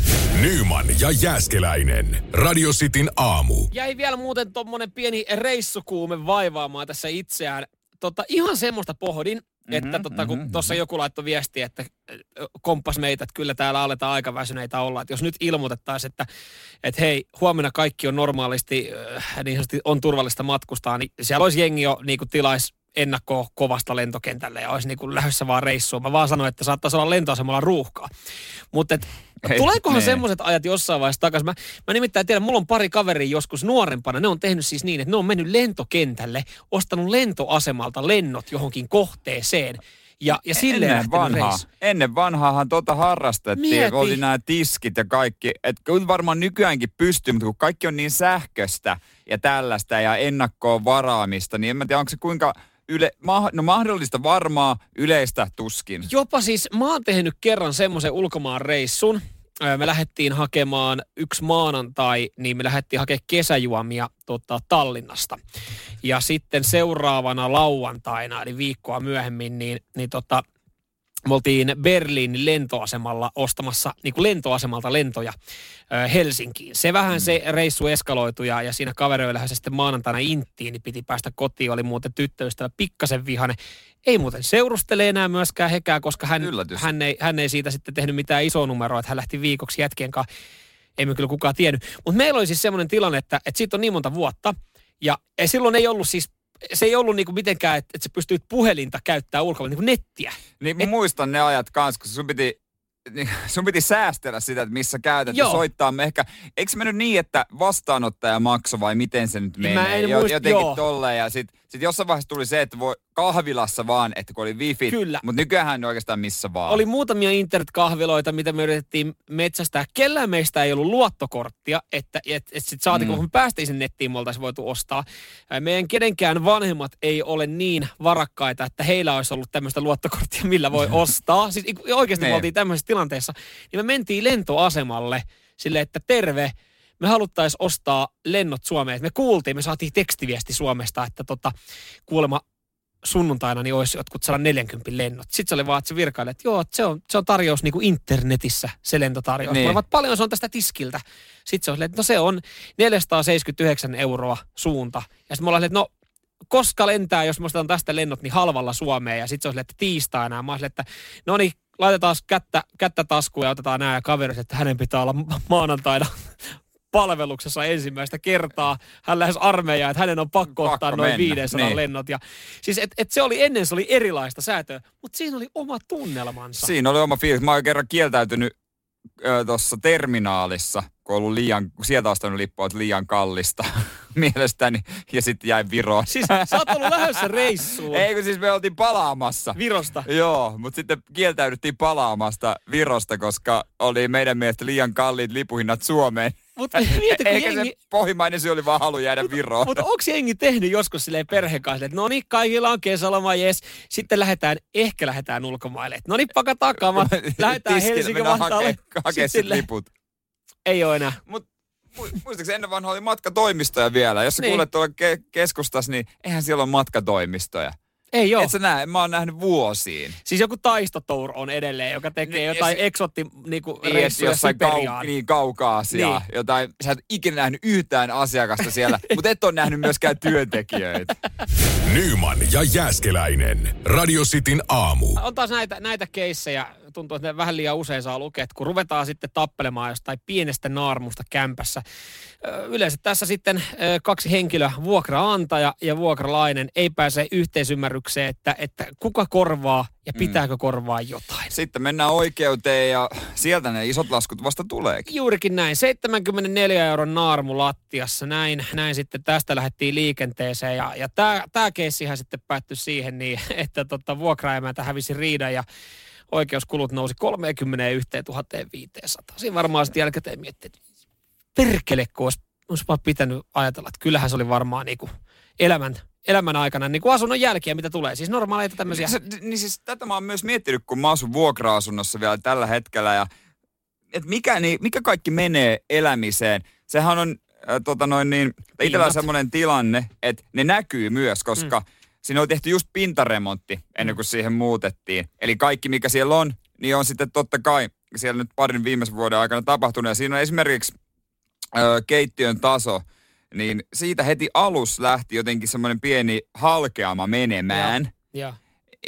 Nyman ja Jääskeläinen. Radio Cityn aamu. Jäi vielä muuten tommonen pieni reissukuume vaivaamaan tässä itseään. Tota, ihan semmoista pohdin, että mm-hmm, tota, kun mm-hmm. tuossa joku laittoi viestiä, että komppas meitä, että kyllä täällä aletaan aika väsyneitä olla. Että jos nyt ilmoitettaisiin, että, että hei, huomenna kaikki on normaalisti, niin sanotusti on turvallista matkustaa, niin siellä olisi jengi jo niin kuin tilais ennakkoa kovasta lentokentälle ja olisi niin kuin lähdössä vaan reissuun. Mä vaan sanoin, että saattaisi olla lentoasemalla ruuhkaa. Mutta tuleekohan semmoiset ajat jossain vaiheessa takaisin? Mä, mä nimittäin tiedän, mulla on pari kaveria joskus nuorempana. Ne on tehnyt siis niin, että ne on mennyt lentokentälle, ostanut lentoasemalta lennot johonkin kohteeseen. Ja, ja silleen ennen vanhaa. Ennen vanhaahan tota harrastettiin. Mieti. Oli nämä tiskit ja kaikki. Että kyllä varmaan nykyäänkin pystyy, mutta kun kaikki on niin sähköistä ja tällaista ja ennakkoon varaamista, niin en mä tiedä, onko se kuinka... Yle, ma, no mahdollista varmaa, yleistä tuskin. Jopa siis mä oon tehnyt kerran semmoisen ulkomaan reissun. Me lähdettiin hakemaan yksi maanantai, niin me lähdettiin hakemaan kesäjuomia tota, Tallinnasta. Ja sitten seuraavana lauantaina, eli viikkoa myöhemmin, niin, niin tota, me oltiin Berliinin lentoasemalla ostamassa niin kuin lentoasemalta lentoja ö, Helsinkiin. Se vähän mm. se reissu eskaloitui ja, ja siinä kavereilla lähes sitten maanantaina inttiin, niin piti päästä kotiin. Oli muuten tyttöystävä pikkasen vihane. Ei muuten seurustele enää myöskään hekään, koska hän, hän, ei, hän ei siitä sitten tehnyt mitään isoa numeroa, että hän lähti viikoksi jätkien kanssa. Ei me kyllä kukaan tiennyt. Mutta meillä oli siis semmoinen tilanne, että, että siitä on niin monta vuotta. Ja, ja silloin ei ollut siis... Se ei ollut niinku mitenkään, että, että sä pystyit puhelinta käyttää ulkomailla, niinku nettiä. Niin mä Et... muistan ne ajat kanssa, kun sun piti, sun piti säästellä sitä, että missä käytät joo. ja soittaa me ehkä. Eikö se mennyt niin, että vastaanottaja maksoi vai miten se nyt menee? Mä en muista, jotenkin joo. tolleen ja sit, sit jossain vaiheessa tuli se, että voi kahvilassa vaan, että kun oli wifi. Kyllä. Mutta nykyään ne oikeastaan missä vaan. Oli muutamia internetkahviloita, mitä me yritettiin metsästää. Kellään meistä ei ollut luottokorttia, että et, et sit saatiin, mm. kun me päästiin sen nettiin, me oltaisiin voitu ostaa. Meidän kenenkään vanhemmat ei ole niin varakkaita, että heillä olisi ollut tämmöistä luottokorttia, millä voi ostaa. Siis oikeasti me oltiin tämmöisessä tilanteessa. Niin me mentiin lentoasemalle silleen, että terve, me haluttaisiin ostaa lennot Suomeen. Me kuultiin, me saatiin tekstiviesti Suomesta, että tota, kuulemma sunnuntaina niin olisi jotkut sata neljäkymmentä lennot. Sitten se oli vaan, että se virkaili, että joo, se on, se on tarjous niin kuin internetissä, se lentotarjous. Niin. Olevat paljon se on tästä tiskiltä. Sitten se on silleen, että no se on neljäsataaseitsemänkymmentäyhdeksän euroa suunta. Ja sitten me ollaan silleen, että no koska lentää, jos me ostetaan tästä lennot, niin halvalla Suomeen. Ja sitten se on silleen, että tiistaina. Mä oon silleen, että no niin, laitetaan kättä, kättä taskuun ja otetaan nämä ja kaverit, että hänen pitää olla maanantaina palveluksessa ensimmäistä kertaa. Hän lähes armeijaan, että hänen on pakko, pakko ottaa noin viisisataa niin. lennot. Ja, siis et, et se oli ennen, se oli erilaista säätöä, mutta siinä oli oma tunnelmansa. Siinä oli oma fiilis. Mä oon kerran kieltäytynyt tuossa terminaalissa, kun ollut liian, sieltä ostanut lippua, että liian kallista mielestäni, ja sitten jäin Viroon. Siis sä oot ollut lähdössä reissuun. Ei, kun siis me oltiin palaamassa. Virosta? Joo, mutta sitten kieltäydyttiin palaamasta Virosta, koska oli meidän mielestä liian kalliit lipuhinnat Suomeen. Mutta mieti, Eikä jengi... se pohjimmainen syy oli vaan halu jäädä mut, Viroon. Mutta onko jengi tehnyt joskus silleen perheen kanssa, että no niin, kaikilla on kesäloma, jes. Sitten lähdetään, ehkä lähdetään ulkomaille. No niin, pakataan kamat, lähdetään Helsinki-Vantaalle. Hakee, hakee sit liput. Ei ole enää. Mut muistatko ennen vanha oli matkatoimistoja vielä? Jos sä niin. kuulet tuolla ke- keskustassa, niin eihän siellä ole matkatoimistoja. Ei oo. Et sä näe, mä oon nähnyt vuosiin. Siis joku Taistotour on edelleen, joka tekee niin, jotain se, eksotti niinku niin, reissuja jossain Siperiaan. Kau, niin kaukaa asiaa. Niin. Jotain, sä et ikinä nähnyt yhtään asiakasta siellä, mutta et ole nähnyt myöskään työntekijöitä. Nyman ja Jääskeläinen. Radio Cityn aamu. On taas näitä, näitä keissejä, tuntuu, että ne vähän liian usein saa lukea, kun ruvetaan sitten tappelemaan jostain pienestä naarmusta kämpässä. Yleensä tässä sitten kaksi henkilöä, vuokraantaja ja vuokralainen, ei pääse yhteisymmärrykseen, että, että kuka korvaa ja pitääkö korvaa jotain. Sitten mennään oikeuteen ja sieltä ne isot laskut vasta tuleekin. Juurikin näin. seitsemänkymmentäneljä euron naarmu lattiassa. Näin, näin sitten tästä lähdettiin liikenteeseen. Ja, ja tämä tää keissihän sitten päättyi siihen niin, että tota, vuokraemäntä hävisi riidan ja oikeuskulut nousi kolmekymmentäyksituhatta viisisataa. Siinä varmaan sitten jälkikäteen miettii, että perkele, kun olisi, olisi vaan pitänyt ajatella, että kyllähän se oli varmaan niin kuin elämän, elämän aikana niin kuin asunnon jälkiä, mitä tulee. Siis normaaleita tämmöisiä. Se, niin siis tätä mä oon myös miettinyt, kun mä asun vuokra-asunnossa vielä tällä hetkellä. Ja, että mikä, niin, mikä kaikki menee elämiseen. Sehän on äh, tota noin niin, itsellä on semmoinen tilanne, että ne näkyy myös, koska mm. siinä on tehty just pintaremontti ennen kuin siihen muutettiin. Eli kaikki, mikä siellä on, niin on sitten totta kai siellä nyt parin viimeisen vuoden aikana tapahtunut. Ja siinä on esimerkiksi ö, keittiön taso, niin siitä heti alus lähti jotenkin semmoinen pieni halkeama menemään. Ja, ja.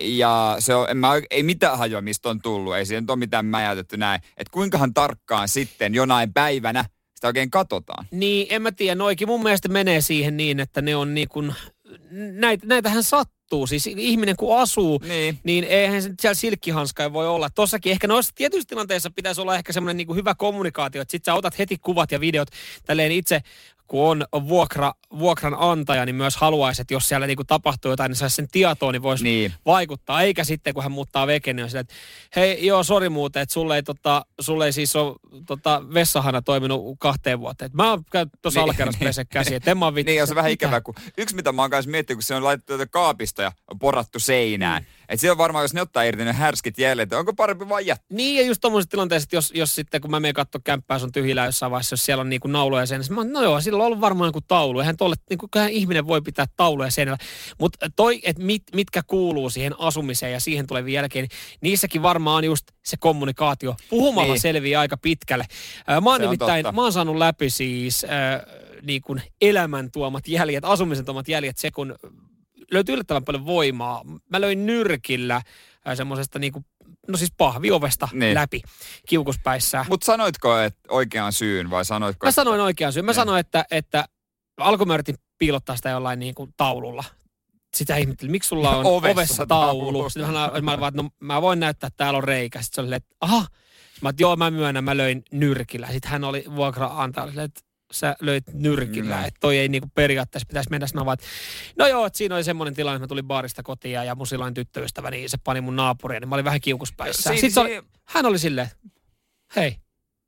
Ja se on, en mä, ei mitään hajua, mistä on tullut. Ei siinä nyt ole mitään mäjätetty näin. Että kuinkahan tarkkaan sitten jonain päivänä sitä oikein katsotaan. Niin, en mä tiedä. Noikin mun mielestä menee siihen niin, että ne on niin kuin, näitä, näitähän sattuu. Siis ihminen kun asuu, niin, niin eihän se siellä silkkihanskaa voi olla. Tossakin ehkä noissa tietyissä tilanteissa pitäisi olla ehkä semmoinen niin kuin hyvä kommunikaatio, että sit sä otat heti kuvat ja videot tälleen itse, kun on vuokra, vuokran antaja, niin myös haluaisi, että jos siellä niinku tapahtuu jotain, niin saisi sen tietoa, niin voisi niin vaikuttaa. Eikä sitten, kun hän muuttaa veken, niin on sillä, että hei, joo, sori muuten, että sulle ei, tota, sulle ei siis ole tota, vessahana toiminut kahteen vuoteen. Et mä oon käynyt tuossa niin, alakerrassa niin, pese käsiä, että en mä oon vittu. Niin, on se vähän ikävää, kun yksi mitä mä oon kanssa miettinyt, kun se on laitettu kaapista ja on porattu seinään. Mm. Että siellä on varmaan, jos ne ottaa irti ne härskit jäljet, onko parempi vaan jättää? Niin, ja just tommoisessa tilanteessa, että jos, jos sitten, kun mä menen katsoa kämppää, se on tyhjillä jossain vaiheessa, jos siellä on niinku nauluja seinässä, mä oon, no joo, sillä on ollut varmaan joku taulu. Eihän tolle, niinku, kyllähän ihminen voi pitää tauluja seinällä. Mutta toi, että mit, mitkä kuuluu siihen asumiseen ja siihen tuleviin jälkeen, niin niissäkin varmaan on just se kommunikaatio. Puhumalla niin selviää aika pitkälle. Mä oon nimittäin, mä oon saanut läpi siis äh, niin kuin elämän tuomat jäljet, asumisen tuomat jäljet, se kun löytyy yllättävän paljon voimaa. Mä löin nyrkillä äh, semmoisesta niinku, no siis pahviovesta niin läpi kiukuspäissä. Mutta sanoitko että oikean syyn vai sanoitko? Mä sanoin oikean syyn. Mä ne sanoin, että, että alkuun mä yritin piilottaa sitä jollain niinku taululla. Sitä ihmettelin, miksi sulla on ovessa, ovessa taulu. Sitten mä, mä, mä, no, mä voin näyttää, että täällä on reikä. Sitten se oli, että aha. Mä että joo, mä myönnän, mä löin nyrkillä. Sitten hän oli vuokra-antaja, että sä löit nyrkillä, mm. että toi ei niinku periaatteessa pitäisi mennä sanomaan. No joo, että siinä oli semmoinen tilanne, että mä tulin baarista kotiin ja, ja mun silloin tyttöystävä, niin se pani mun naapuria, niin mä olin vähän kiukuspäissä. Si- Sitten si- oli, hän oli silleen, hei,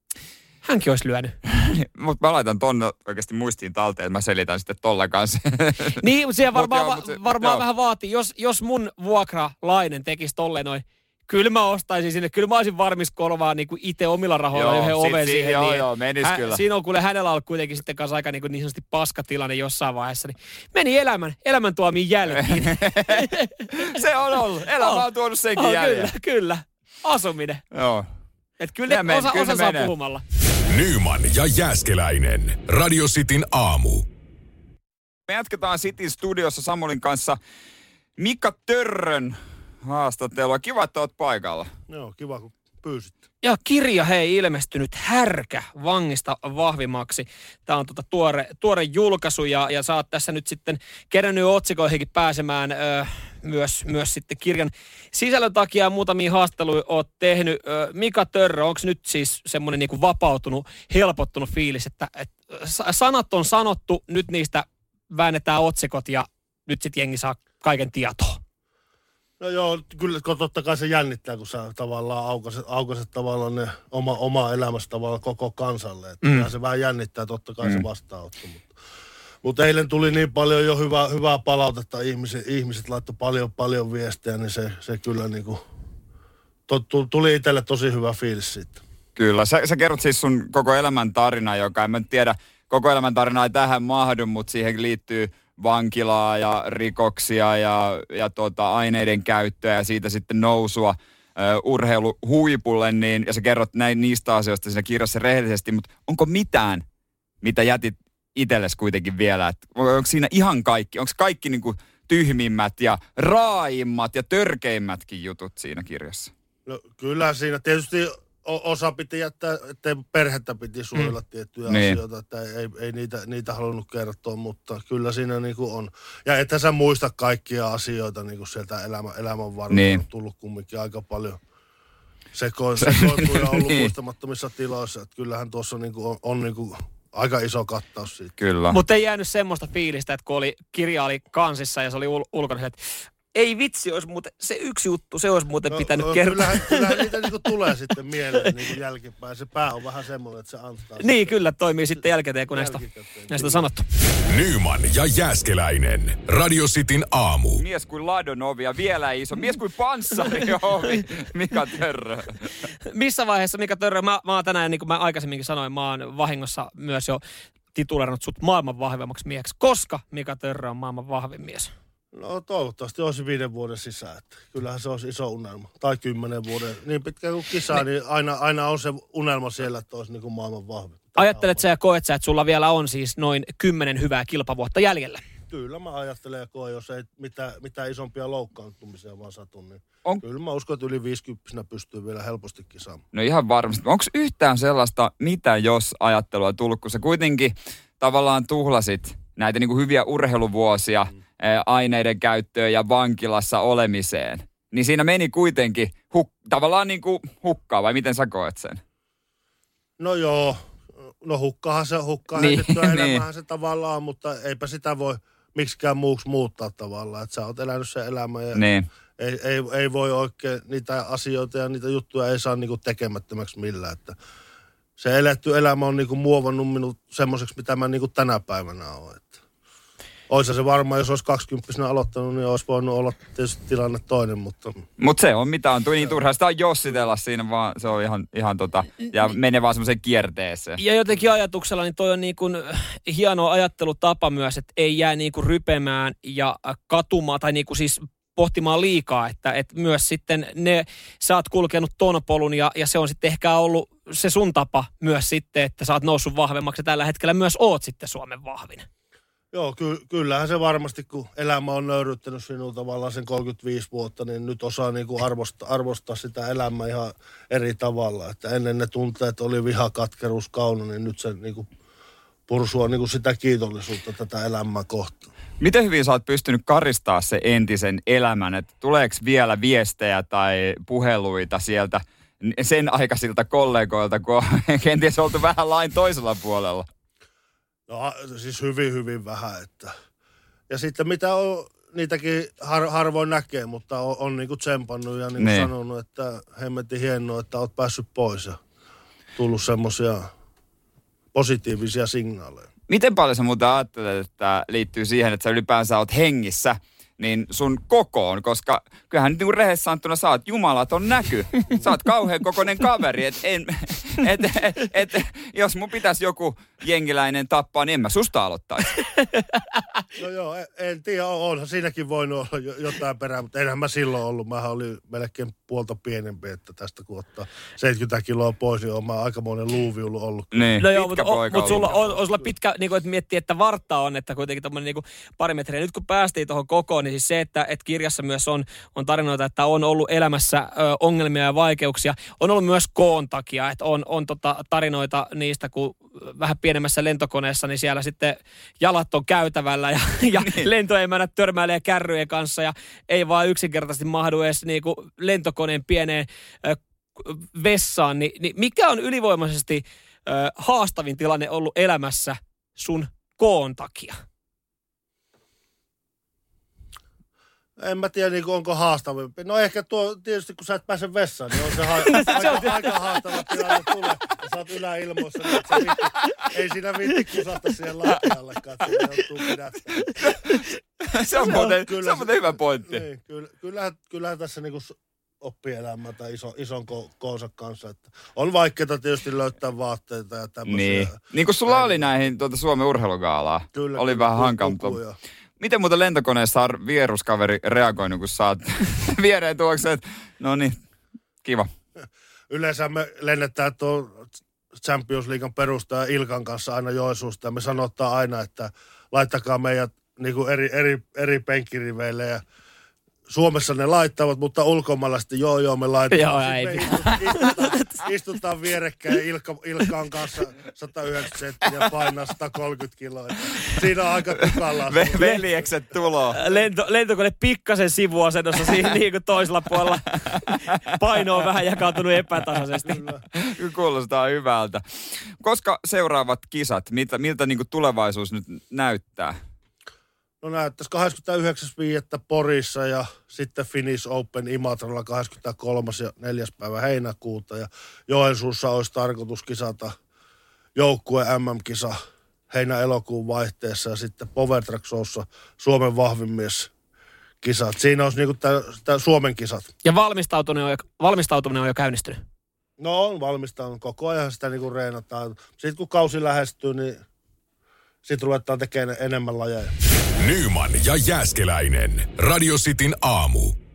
hänkin olisi lyönyt. Mutta mä laitan tonne oikeasti muistiin talteen, että mä selitän sitten tolla kanssa. Niin, mutta siihen varmaan, mut joo, mut se, varmaan vähän vaatii. Jos, jos mun vuokralainen tekisi tolleen noin, kyllä mä ostaisin sinne. Kyllä mä olisin varmis korvaa niin kuin itse omilla rahoilla yhden oven si- siihen. Joo, niin, joo, menis hän, kyllä. Siinä on kuule hänellä ollut kuitenkin sitten kanssa aika niin, niin sanotusti paskatilanne jossain vaiheessa. Niin meni elämän, elämän tuomiin jälkiin. Se on ollut. Elämä on, on tuonut senkin oh, jäljen. Kyllä, kyllä. Asuminen. Joo. Että kyllä ne osa, osa saa puhumalla. Nyman ja Jääskeläinen. Radio Cityn aamu. Me jatketaan Cityn studiossa Samulin kanssa Mika Törrön haastattelua. Kiva, että oot paikalla. Joo, kiva kun pyysit. Ja kirja hei ilmestynyt Härkä vangista vahvimaksi. Tämä on tuota tuore, tuore julkaisu ja, ja sä oot tässä nyt sitten kerännyt otsikoihinkin pääsemään ö, myös, myös sitten kirjan sisällön takia ja muutamia haastatteluja oot tehnyt. Ö, Mika Törrö, onko nyt siis semmoinen niinku vapautunut, helpottunut fiilis, että et, sanat on sanottu, nyt niistä väännetään otsikot ja nyt sitten jengi saa kaiken tietoa? No joo, kyllä totta kai se jännittää, kun sä tavallaan aukaset, aukaset tavallaan ne oma, oma elämässä tavallaan koko kansalle. Että mm. se vähän jännittää totta kai mm. se vastaanotto. Mutta, mutta eilen tuli niin paljon jo hyvää, hyvää palautetta, ihmiset, ihmiset laittoi paljon, paljon viestejä, niin se, se kyllä niin kuin, to, tuli itselle tosi hyvä fiilis siitä. Kyllä, sä, sä kerrot siis sun koko elämän tarina, joka en mä tiedä, koko elämän tarina ei tähän mahdu, mutta siihen liittyy vankilaa ja rikoksia ja, ja tota, aineiden käyttöä ja siitä sitten nousua uh, urheiluhuipulle, niin, ja sä kerrot näin niistä asioista siinä kirjassa rehellisesti, mutta onko mitään, mitä jätit itsellesi kuitenkin vielä? Et onko siinä ihan kaikki? Onko kaikki niinku tyhmimmät ja raaimmat ja törkeimmätkin jutut siinä kirjassa? No kyllä siinä tietysti osa piti jättää, ettei perhettä piti suojella mm. tiettyjä niin asioita, että ei, ei niitä, niitä halunnut kertoa, mutta kyllä siinä niinku on. Ja ethän sä muista kaikkia asioita niinku sieltä elämä, elämän varrella. Niin. On tullut kumminkin aika paljon sekoin, sekointuja ja ollut niin muistamattomissa tiloissa. Että kyllähän tuossa niinku on, on niinku aika iso kattaus siitä. Kyllä. Mutta ei jäänyt semmoista fiilistä, että kun oli, kirja oli kansissa ja se oli ul- ulkona, että ei vitsi, olisi muuten, se yksi juttu, se olisi muuten no, pitänyt no, kertoa. Kyllähän, kyllähän niitä niinku tulee sitten mieleen niinku jälkipäin. Se pää on vähän semmoinen, että se antaa. Niin, kyllä toimii sitten jälkikäteen, kun näistä, näistä on sanottu. Nyman ja Jääskeläinen. Radio Cityn aamu. Mies kuin Ladonovi ja vielä iso. Mies kuin Panssariovi. Mika Törrö. Missä vaiheessa, Mika Törrö, mä, mä oon tänään, niin kuin mä aikaisemminkin sanoin, mä oon vahingossa myös jo titulerannut sut maailman vahvimmaksi mieheksi. Koska Mika Törrö on maailman vahvin mies? No toivottavasti olisi viiden vuoden sisään. Että kyllähän se olisi iso unelma. Tai kymmenen vuoden. Niin pitkään kuin kisaa, niin aina, aina on se unelma siellä, että olisi niin kuin maailman vahvin. Ajattelet sä ja koet sä, että sulla vielä on siis noin kymmenen hyvää kilpavuotta jäljellä? Kyllä mä ajattelen ja koen, jos ei mitään, mitään isompia loukkaantumisia vaan satu, niin on... kyllä mä uskon, että yli viisikymppisenä pystyy vielä helposti kisaamaan. No ihan varmasti. Onko yhtään sellaista mitä jos ajattelua tullut, kun sä kuitenkin tavallaan tuhlasit näitä niin kuin hyviä urheiluvuosia mm. aineiden käyttöön ja vankilassa olemiseen, niin siinä meni kuitenkin huk- tavallaan niin kuin hukkaa, vai miten sä koet sen? No joo, no hukkahan se, hukkaa niin, heitettyä niin. elämähän se tavallaan, mutta eipä sitä voi miksikään muuksi muuttaa tavallaan, että sä oot elänyt sen elämän ja niin. ei, ei, ei voi oikein niitä asioita ja niitä juttuja ei saa niinku tekemättömäksi millään, että se eletty elämä on niinku muovannut minut semmoiseksi, mitä mä niinku tänä päivänä oon, että olisi se varmaan, jos olisi kaksikymppisenä aloittanut, niin olisi voinut olla tietysti tilanne toinen, mutta... Mutta se on mitä on, niin turhaa sitä on jossitella siinä, vaan se on ihan, ihan tota, ja menee vaan semmoiseen kierteeseen. Ja jotenkin ajatuksella, niin toi on niin kuin hieno ajattelutapa myös, että ei jää niin kuin rypemään ja katumaan, tai niin kuin siis pohtimaan liikaa, että, että myös sitten ne, sä oot kulkenut ton polun, ja, ja se on sitten ehkä ollut se sun tapa myös sitten, että sä oot noussut vahvemmaksi, ja tällä hetkellä myös oot sitten Suomen vahvin. Joo, ky- kyllähän se varmasti, kun elämä on nöyryttänyt sinua tavallaan sen kolmekymmentäviisi vuotta, niin nyt osaa niinku arvostaa, arvostaa sitä elämää ihan eri tavalla. Että ennen ne tunteet oli viha, katkeruus, kauno, niin nyt se niinku pursua niinku sitä kiitollisuutta tätä elämää kohtaan. Miten hyvin sä oot pystynyt karistaa se entisen elämän? Että tuleeko vielä viestejä tai puheluita sieltä sen aikaisilta kollegoilta, kun on kenties oltu vähän lain toisella puolella? No siis hyvin, hyvin vähän, että... Ja sitten mitä on, niitäkin har, harvoin näkee, mutta on, on niinku tsempannut ja niinku niin. sanonut, että hemmetin hienoa, että oot päässyt pois ja tullut semmoisia positiivisia signaaleja. Miten paljon sä muuten ajattelet, että liittyy siihen, että sä ylipäänsä oot hengissä, niin sun kokoon, koska kyllähän nyt niin kuin rehellisesti sanottuna sä oot jumalaton näky. Sä oot kauhean kokoinen kaveri, että et, et, et, et, jos mun pitäisi joku jengiläinen tappaa, niin en mä susta aloittaisi. No joo, en, en tiedä, onhan siinäkin voinut olla jotain perää, mutta enhän mä silloin ollut. Mähän olin melkein puolta pienempi, että tästä kun ottaa seitsemänkymmentä kiloa pois, niin on mä aikamoinen luuviulu ollut. Niin, no joo, mutta mut sulla on, on sulla pitkä, niin kuin, että miettii, että vartta on, että kuitenkin tommoinen niin kuin pari metriä. Nyt kun päästiin tuohon kokoon, niin siis se, että, että kirjassa myös on, on tarinoita, että on ollut elämässä ö, ongelmia ja vaikeuksia. On ollut myös koon takia, että on, on tota tarinoita niistä, kun vähän pienemmässä lentokoneessa, niin siellä sitten jalat on käytävällä ja, ja niin. lentoemännät törmäilee kärryjen kanssa ja ei vaan yksinkertaisesti mahdu edes niin kuin lentokoneen pieneen ö, vessaan. Ni, niin mikä on ylivoimaisesti ö, haastavin tilanne ollut elämässä sun koon takia? En mä tiedä, niin onko haastavampi. No ehkä tuo, tietysti kun sä et pääse vessaan, niin on se, ha- aika, aika haastava tilanne tulee. Ja sä oot yläilmoissa, niin et viitti, ei siinä viitti kusahta siihen lattiallekaan, että siinä joutuu pidättämään. Se on muuten, se on muuten hyvä pointti. Niin, kyllä, kyllähän, kyllähän tässä niinku oppii elämää tai iso, ison ko- koonsa kanssa. Että on vaikeaa tietysti löytää vaatteita ja tämmöisiä. Niin, niin kuin sulla oli näihin tuota Suomen urheilugaalaa. Kyllä. Oli kyllä, vähän hankala. Miten muuten lentokoneessa on vieruskaveri reagoinut, kun saat viereen tuokse, että no niin, kiva. Yleensä me lennetään tuon Champions Leaguean perustaja Ilkan kanssa aina Joensuusta ja me sanotaan aina, että laittakaa meidät niin kuin eri, eri, eri penkkiriveille ja Suomessa ne laittavat, mutta ulkomailla sitten joo joo me laitetaan. Joo, ei. Me istutaan, istutaan vierekkäin Ilkka, Ilkan kanssa sata yhdeksänkymmentä senttiä ja painaa sata kolmekymmentä kiloa. Siinä on aika tukalaa. Ve- veljekset tuloa. Lento, lentokone pikkasen sivuasennossa siinä niin kuin toisella puolella. Paino on vähän jakautunut epätasaisesti. Kyllä. Kuulostaa hyvältä. Koska seuraavat kisat, miltä, miltä niin kuin tulevaisuus nyt näyttää? No näyttäisi kahdeskymmenesyhdeksäs viidettä Porissa ja sitten Finnish Open Imatralla kahdeskymmeneskolmas ja neljäs päivä heinäkuuta. Ja Joensuussa olisi tarkoitus kisata joukkue M M-kisa heinä-elokuun vaihteessa ja sitten Power Track Showssa Suomen vahvin mies kisat. Siinä olisi niinku tämä Suomen kisat. Ja valmistautuminen on jo, valmistautuminen on jo käynnistynyt? No on valmistanut. Koko ajan sitä niinku reenataan. Sitten kun kausi lähestyy, niin sitten ruvetaan tekemään enemmän lajeja. Nyman ja Jääskeläinen. Radio Cityn aamu.